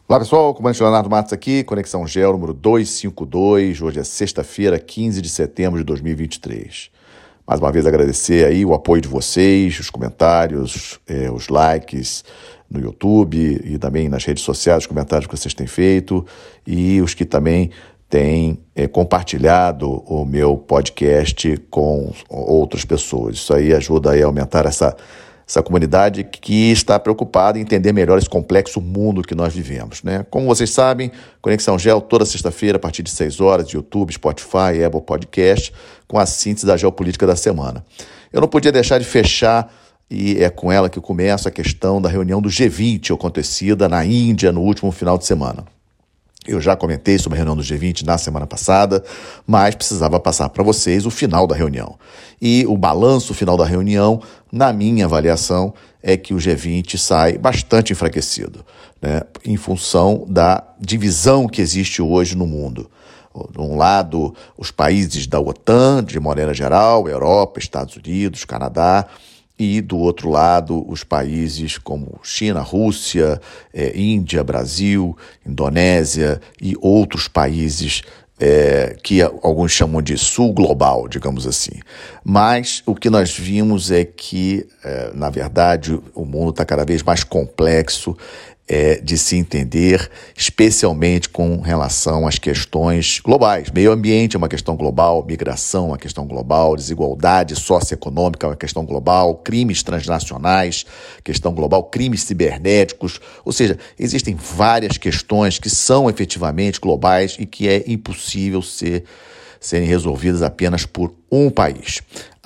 Olá pessoal, comandante Leonardo Matos aqui, Conexão Geo número 252, hoje é sexta-feira, 15 de setembro de 2023. Mais uma vez agradecer aí o apoio de vocês, os comentários, os likes no YouTube e também nas redes sociais, os comentários que vocês têm feito e os que também têm compartilhado o meu podcast com outras pessoas. Isso aí ajuda aí a aumentar essa comunidade que está preocupada em entender melhor esse complexo mundo que nós vivemos, né? Como vocês sabem, Conexão Geo toda sexta-feira a partir de 6 horas, YouTube, Spotify, Apple Podcast, com a síntese da geopolítica da semana. Eu não podia deixar de fechar, e é com ela que eu começo, a questão da reunião do G20 acontecida na Índia no último final de semana. Eu já comentei sobre a reunião do G20 na semana passada, mas precisava passar para vocês o final da reunião. E o balanço final da reunião, na minha avaliação, é que o G20 sai bastante enfraquecido, né, em função da divisão que existe hoje no mundo. De um lado, os países da OTAN, de maneira geral, Europa, Estados Unidos, Canadá, e do outro lado os países como China, Rússia, Índia, Brasil, Indonésia e outros países que alguns chamam de sul global, digamos assim. Mas o que nós vimos é que, na verdade, o mundo está cada vez mais complexo de se entender, especialmente com relação às questões globais. Meio ambiente é uma questão global, migração é uma questão global, desigualdade socioeconômica é uma questão global, crimes transnacionais, questão global, crimes cibernéticos, ou seja, existem várias questões que são efetivamente globais e que é impossível serem resolvidas apenas por um país.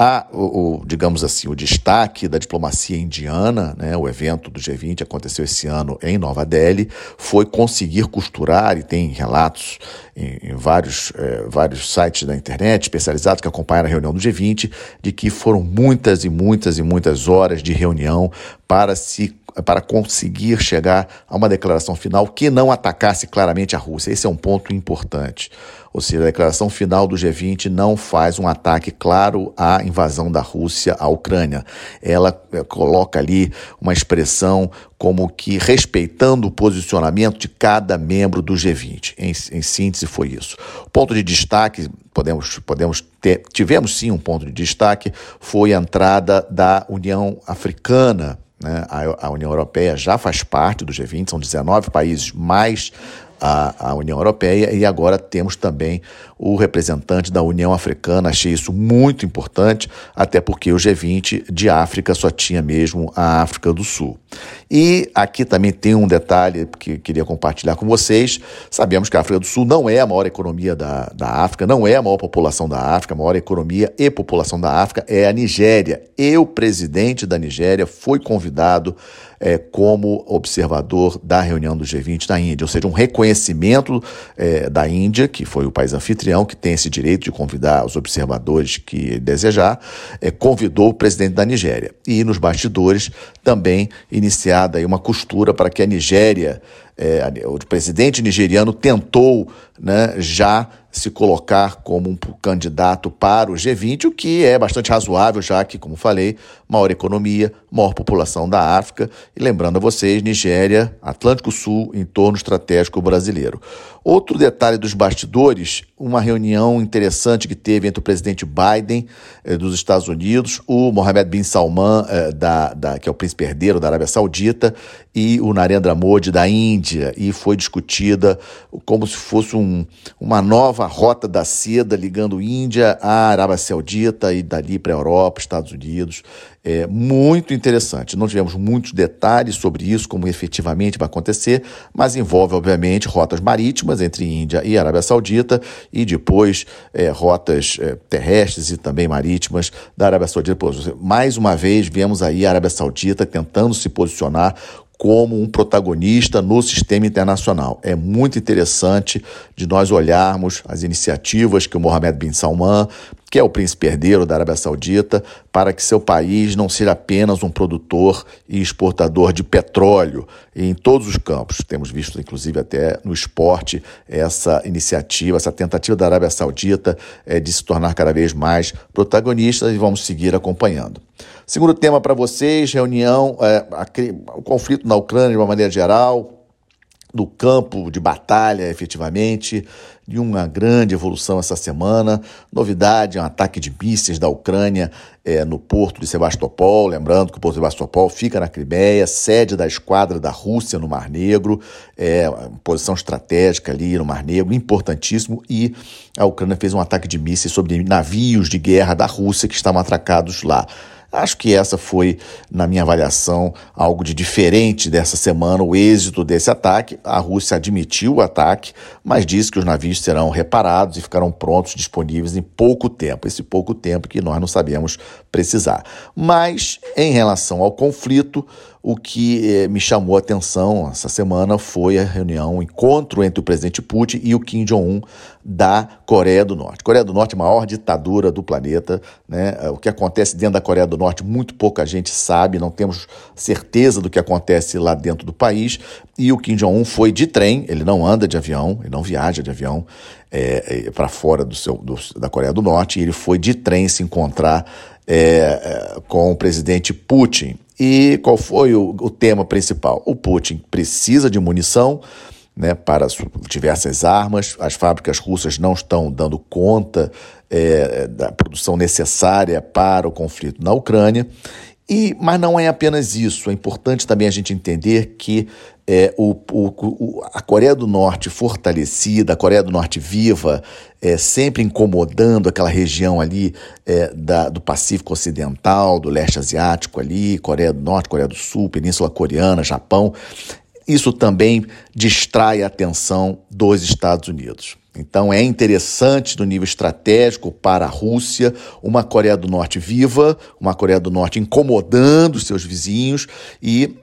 Digamos assim, o destaque da diplomacia indiana, né, o evento do G20 aconteceu esse ano em Nova Delhi, foi conseguir costurar, e tem relatos em vários sites da internet especializados que acompanharam a reunião do G20, de que foram muitas e muitas e muitas horas de reunião para conseguir chegar a uma declaração final que não atacasse claramente a Rússia. Esse é um ponto importante. Ou seja, a declaração final do G20 não faz um ataque claro à invasão da Rússia à Ucrânia. Ela coloca ali uma expressão como que respeitando o posicionamento de cada membro do G20. Em síntese, foi isso. O ponto de destaque, tivemos sim um ponto de destaque, foi a entrada da União Africana, né? A União Europeia já faz parte do G20, são 19 países mais a União Europeia, e agora temos também o representante da União Africana. Achei isso muito importante, até porque o G20 de África só tinha mesmo a África do Sul. E aqui também tem um detalhe que queria compartilhar com vocês. Sabemos que a África do Sul não é a maior economia da África, não é a maior população da África, a maior economia e população da África é a Nigéria. E o presidente da Nigéria foi convidado como observador da reunião do G20 na Índia, ou seja, um reconhecimento da Índia, que foi o país anfitrião, que tem esse direito de convidar os observadores que desejar, convidou o presidente da Nigéria. E nos bastidores também iniciada aí uma costura para que a Nigéria, o presidente nigeriano tentou, né, já se colocar como um candidato para o G20, o que é bastante razoável, já que, como falei, maior economia, maior população da África. E lembrando a vocês, Nigéria, Atlântico Sul, entorno estratégico brasileiro. Outro detalhe dos bastidores, uma reunião interessante que teve entre o presidente Biden dos Estados Unidos, o Mohammed bin Salman, que é o príncipe herdeiro da Arábia Saudita, e o Narendra Modi da Índia, e foi discutida como se fosse uma nova rota da seda ligando Índia à Arábia Saudita e dali para a Europa, Estados Unidos. É muito interessante. Não tivemos muitos detalhes sobre isso, como efetivamente vai acontecer, mas envolve, obviamente, rotas marítimas entre Índia e Arábia Saudita e depois rotas terrestres e também marítimas da Arábia Saudita. Mais uma vez, vemos aí a Arábia Saudita tentando se posicionar como um protagonista no sistema internacional. É muito interessante de nós olharmos as iniciativas que o Mohammed bin Salman, que é o príncipe herdeiro da Arábia Saudita, para que seu país não seja apenas um produtor e exportador de petróleo em todos os campos. Temos visto, inclusive, até no esporte, essa iniciativa, essa tentativa da Arábia Saudita de se tornar cada vez mais protagonista, e vamos seguir acompanhando. Segundo tema para vocês, reunião, o conflito na Ucrânia de uma maneira geral. do campo de batalha, efetivamente, de uma grande evolução essa semana. Novidade, um ataque de mísseis da Ucrânia no porto de Sebastopol. Lembrando que o porto de Sebastopol fica na Crimeia, sede da esquadra da Rússia no Mar Negro, uma posição estratégica ali no Mar Negro, importantíssimo, e a Ucrânia fez um ataque de mísseis sobre navios de guerra da Rússia que estavam atracados lá. Acho que essa foi, na minha avaliação, algo de diferente dessa semana, o êxito desse ataque. A Rússia admitiu o ataque, mas disse que os navios serão reparados e ficarão prontos, disponíveis em pouco tempo. Esse pouco tempo que nós não sabemos precisar. Mas, em relação ao conflito, o que me chamou a atenção essa semana foi a reunião, o encontro entre o presidente Putin e o Kim Jong-un da Coreia do Norte. Coreia do Norte é a maior ditadura do planeta, né? O que acontece dentro da Coreia do Norte, muito pouca gente sabe, não temos certeza do que acontece lá dentro do país. E o Kim Jong-un foi de trem, ele não anda de avião, ele não viaja de avião para fora da Coreia do Norte, e ele foi de trem se encontrar com o presidente Putin. E qual foi o tema principal? O Putin precisa de munição, né, para diversas armas. As fábricas russas não estão dando conta da produção necessária para o conflito na Ucrânia. Mas não é apenas isso. É importante também a gente entender que a Coreia do Norte fortalecida, a Coreia do Norte viva, sempre incomodando aquela região ali do Pacífico Ocidental, do leste asiático ali, Coreia do Norte, Coreia do Sul, Península Coreana, Japão. Isso também distrai a atenção dos Estados Unidos. Então é interessante no nível estratégico para a Rússia uma Coreia do Norte viva, uma Coreia do Norte incomodando os seus vizinhos e,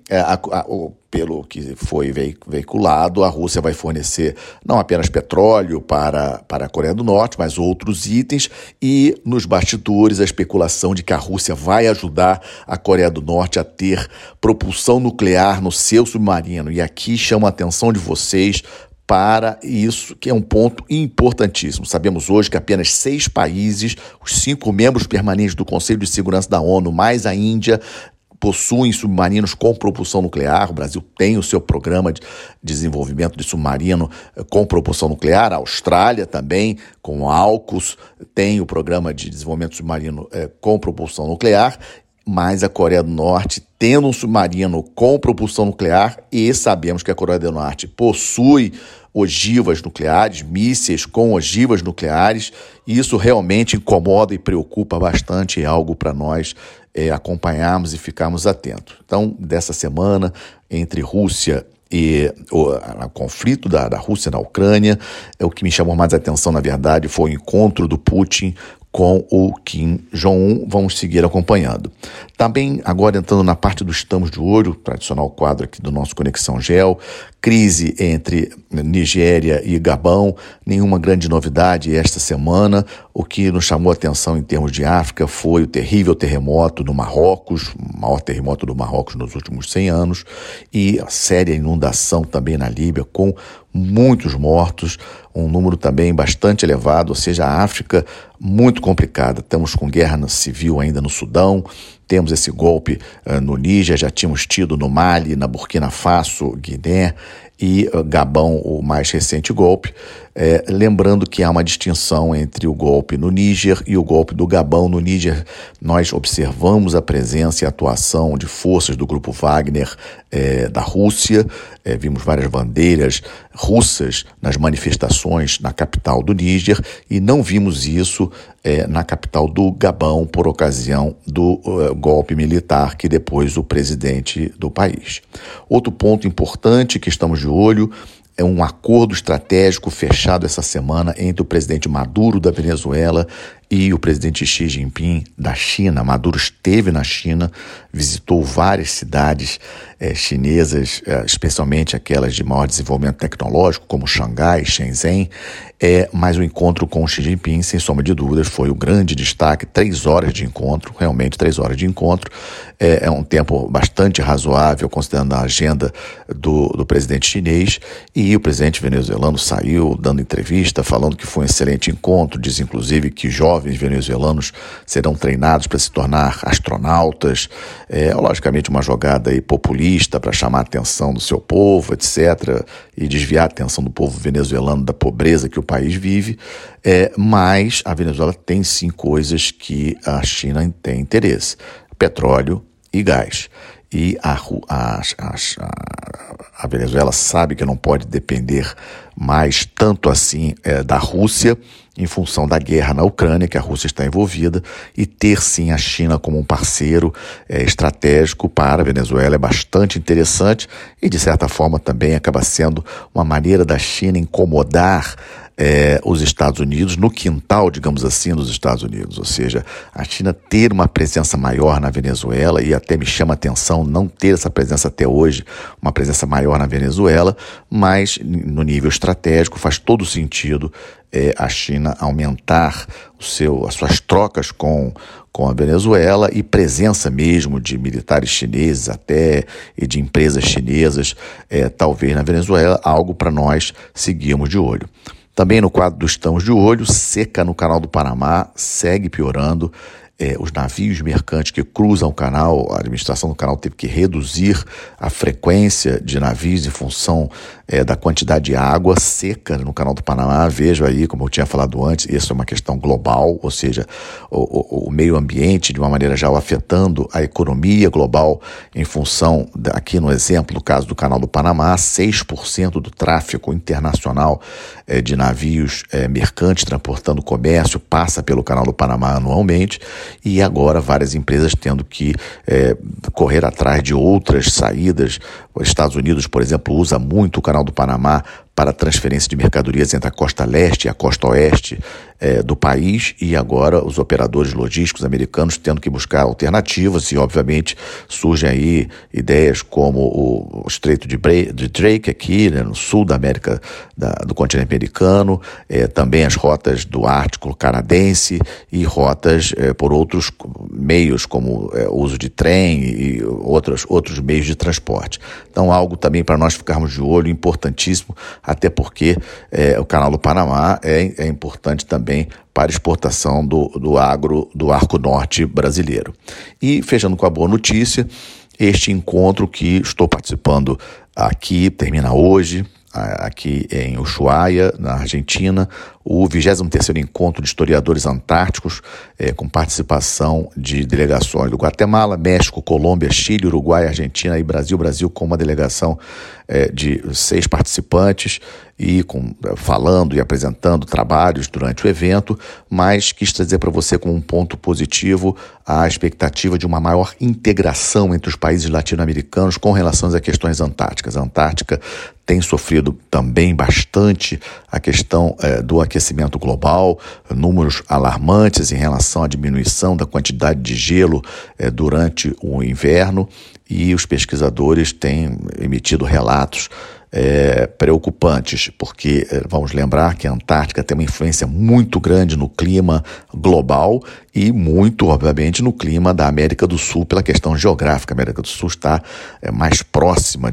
pelo que foi veiculado, a Rússia vai fornecer não apenas petróleo para a Coreia do Norte, mas outros itens, e nos bastidores a especulação de que a Rússia vai ajudar a Coreia do Norte a ter propulsão nuclear no seu submarino. E aqui chamo a atenção de vocês para isso, que é um ponto importantíssimo. Sabemos hoje que apenas 6 países, os 5 membros permanentes do Conselho de Segurança da ONU, mais a Índia, possuem submarinos com propulsão nuclear. O Brasil tem o seu programa de desenvolvimento de submarino com propulsão nuclear. A Austrália também, com o AUKUS, tem o programa de desenvolvimento submarino com propulsão nuclear. Mas a Coreia do Norte, tendo um submarino com propulsão nuclear, e sabemos que a Coreia do Norte possui ogivas nucleares, mísseis com ogivas nucleares, e isso realmente incomoda e preocupa bastante, é algo para nós acompanharmos e ficarmos atentos. Então, dessa semana, entre Rússia e o conflito da Rússia na Ucrânia, o que me chamou mais a atenção, na verdade, foi o encontro do Putin com o Kim Jong-un. Vamos seguir acompanhando. Também, agora entrando na parte do Estamos de Olho, tradicional quadro aqui do nosso Conexão Gel, crise entre Nigéria e Gabão, nenhuma grande novidade esta semana. O que nos chamou a atenção em termos de África foi o terrível terremoto no Marrocos, o maior terremoto do Marrocos nos últimos 100 anos, e a séria inundação também na Líbia, com muitos mortos, um número também bastante elevado, ou seja, a África muito complicada. Estamos com guerra civil ainda no Sudão, temos esse golpe no Níger, já tínhamos tido no Mali, na Burkina Faso, Guiné e Gabão, o mais recente golpe. Lembrando que há uma distinção entre o golpe no Níger e o golpe do Gabão. No Níger, nós observamos a presença e a atuação de forças do grupo Wagner da Rússia. Vimos várias bandeiras russas nas manifestações na capital do Níger, e não vimos isso na capital do Gabão por ocasião do golpe militar que depois o presidente do país. Outro ponto importante que estamos de olho é um acordo estratégico fechado essa semana entre o presidente Maduro da Venezuela e o presidente Xi Jinping da China. Maduro esteve na China, visitou várias cidades chinesas, especialmente aquelas de maior desenvolvimento tecnológico, como Xangai, Shenzhen, mas o encontro com o Xi Jinping, sem sombra de dúvidas, foi o grande destaque. 3 horas de encontro, realmente 3 horas de encontro. É um tempo bastante razoável, considerando a agenda do presidente chinês, e o presidente venezuelano saiu dando entrevista, falando que foi um excelente encontro, diz inclusive que jovens jovens venezuelanos serão treinados para se tornar astronautas. Logicamente uma jogada aí populista para chamar a atenção do seu povo, etc., e desviar a atenção do povo venezuelano da pobreza que o país vive. Mas a Venezuela tem sim coisas que a China tem interesse: petróleo e gás. E a Venezuela sabe que não pode depender mais tanto assim da Rússia, em função da guerra na Ucrânia, que a Rússia está envolvida, e ter sim a China como um parceiro estratégico para a Venezuela é bastante interessante e, de certa forma, também acaba sendo uma maneira da China incomodar os Estados Unidos no quintal, digamos assim, dos Estados Unidos. Ou seja, a China ter uma presença maior na Venezuela, e até me chama a atenção não ter essa presença até hoje, uma presença maior na Venezuela, mas no nível estratégico faz todo sentido a China aumentar as suas trocas com a Venezuela, e presença mesmo de militares chineses até e de empresas chinesas, talvez na Venezuela, algo para nós seguirmos de olho. Também no quadro do Estamos de Olho, seca no Canal do Panamá segue piorando. Os navios mercantes que cruzam o canal, a administração do canal teve que reduzir a frequência de navios em função da quantidade de água seca no Canal do Panamá. Vejo aí, como eu tinha falado antes, isso é uma questão global, ou seja, o meio ambiente, de uma maneira geral, afetando a economia global em função, aqui no exemplo, do caso do Canal do Panamá, 6% do tráfego internacional de navios mercantes transportando comércio passa pelo Canal do Panamá anualmente. E agora várias empresas tendo que correr atrás de outras saídas. Os Estados Unidos, por exemplo, usa muito o Canal do Panamá para transferência de mercadorias entre a costa leste e a costa oeste do país, e agora os operadores logísticos americanos tendo que buscar alternativas, e obviamente surgem aí ideias como o Estreito de Drake aqui, né, no sul da América, do continente americano, também as rotas do Ártico canadense e rotas por outros meios, como o uso de trem e outros meios de transporte. Então, algo também para nós ficarmos de olho, importantíssimo, até porque o Canal do Panamá é importante também para exportação do arco norte brasileiro. E, fechando com a boa notícia, este encontro que estou participando aqui, termina hoje, aqui em Ushuaia, na Argentina, o 23º Encontro de Historiadores Antárticos, com participação de delegações do Guatemala, México, Colômbia, Chile, Uruguai, Argentina e Brasil. Brasil com uma delegação de 6 participantes, e falando e apresentando trabalhos durante o evento, mas quis trazer para você como um ponto positivo a expectativa de uma maior integração entre os países latino-americanos com relação às questões antárticas. A Antártica tem sofrido também bastante a questão do aquecimento global, números alarmantes em relação à diminuição da quantidade de gelo durante o inverno, e os pesquisadores têm emitido relatos preocupantes, porque vamos lembrar que a Antártica tem uma influência muito grande no clima global e muito, obviamente, no clima da América do Sul, pela questão geográfica. A América do Sul está mais próxima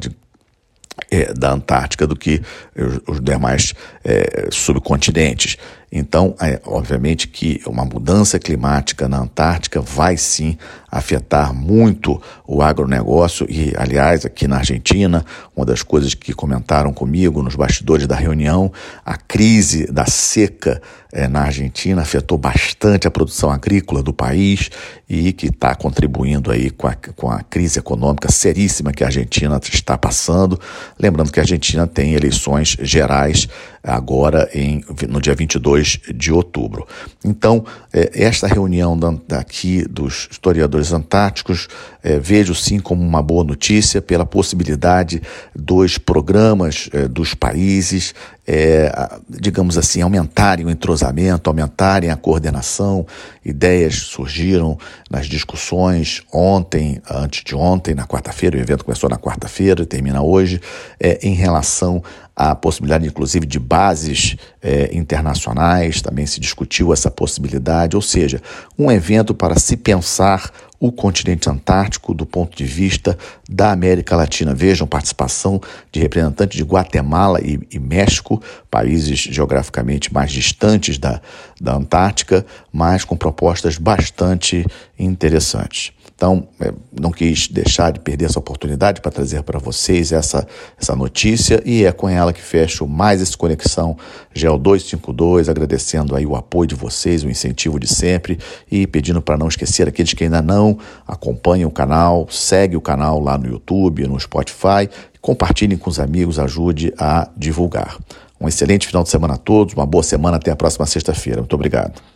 da Antártica do que os demais subcontinentes. Então, obviamente que uma mudança climática na Antártica vai sim afetar muito o agronegócio. E, aliás, aqui na Argentina, uma das coisas que comentaram comigo nos bastidores da reunião, a crise da seca na Argentina afetou bastante a produção agrícola do país, e que está contribuindo aí com a crise econômica seríssima que a Argentina está passando. Lembrando que a Argentina tem eleições gerais agora no dia 22 de outubro. Então, esta reunião daqui dos historiadores antárticos, vejo sim como uma boa notícia pela possibilidade dos programas dos países, digamos assim, aumentarem o entrosamento, aumentarem a coordenação. Ideias surgiram nas discussões antes de ontem, na quarta-feira. O evento começou na quarta-feira e termina hoje, em relação à possibilidade, inclusive, de bases internacionais. Também se discutiu essa possibilidade, ou seja, um evento para se pensar o continente antártico do ponto de vista da América Latina. Vejam, participação de representantes de Guatemala e México, países geograficamente mais distantes da Antártica, mas com propostas bastante interessantes. Então, não quis deixar de perder essa oportunidade para trazer para vocês essa notícia, e é com ela que fecho mais esse Conexão GEO 252, agradecendo aí o apoio de vocês, o incentivo de sempre, e pedindo para não esquecer aqueles que ainda não acompanham o canal, segue o canal lá no YouTube, no Spotify, compartilhem com os amigos, ajude a divulgar. Um excelente final de semana a todos, uma boa semana, até a próxima sexta-feira. Muito obrigado.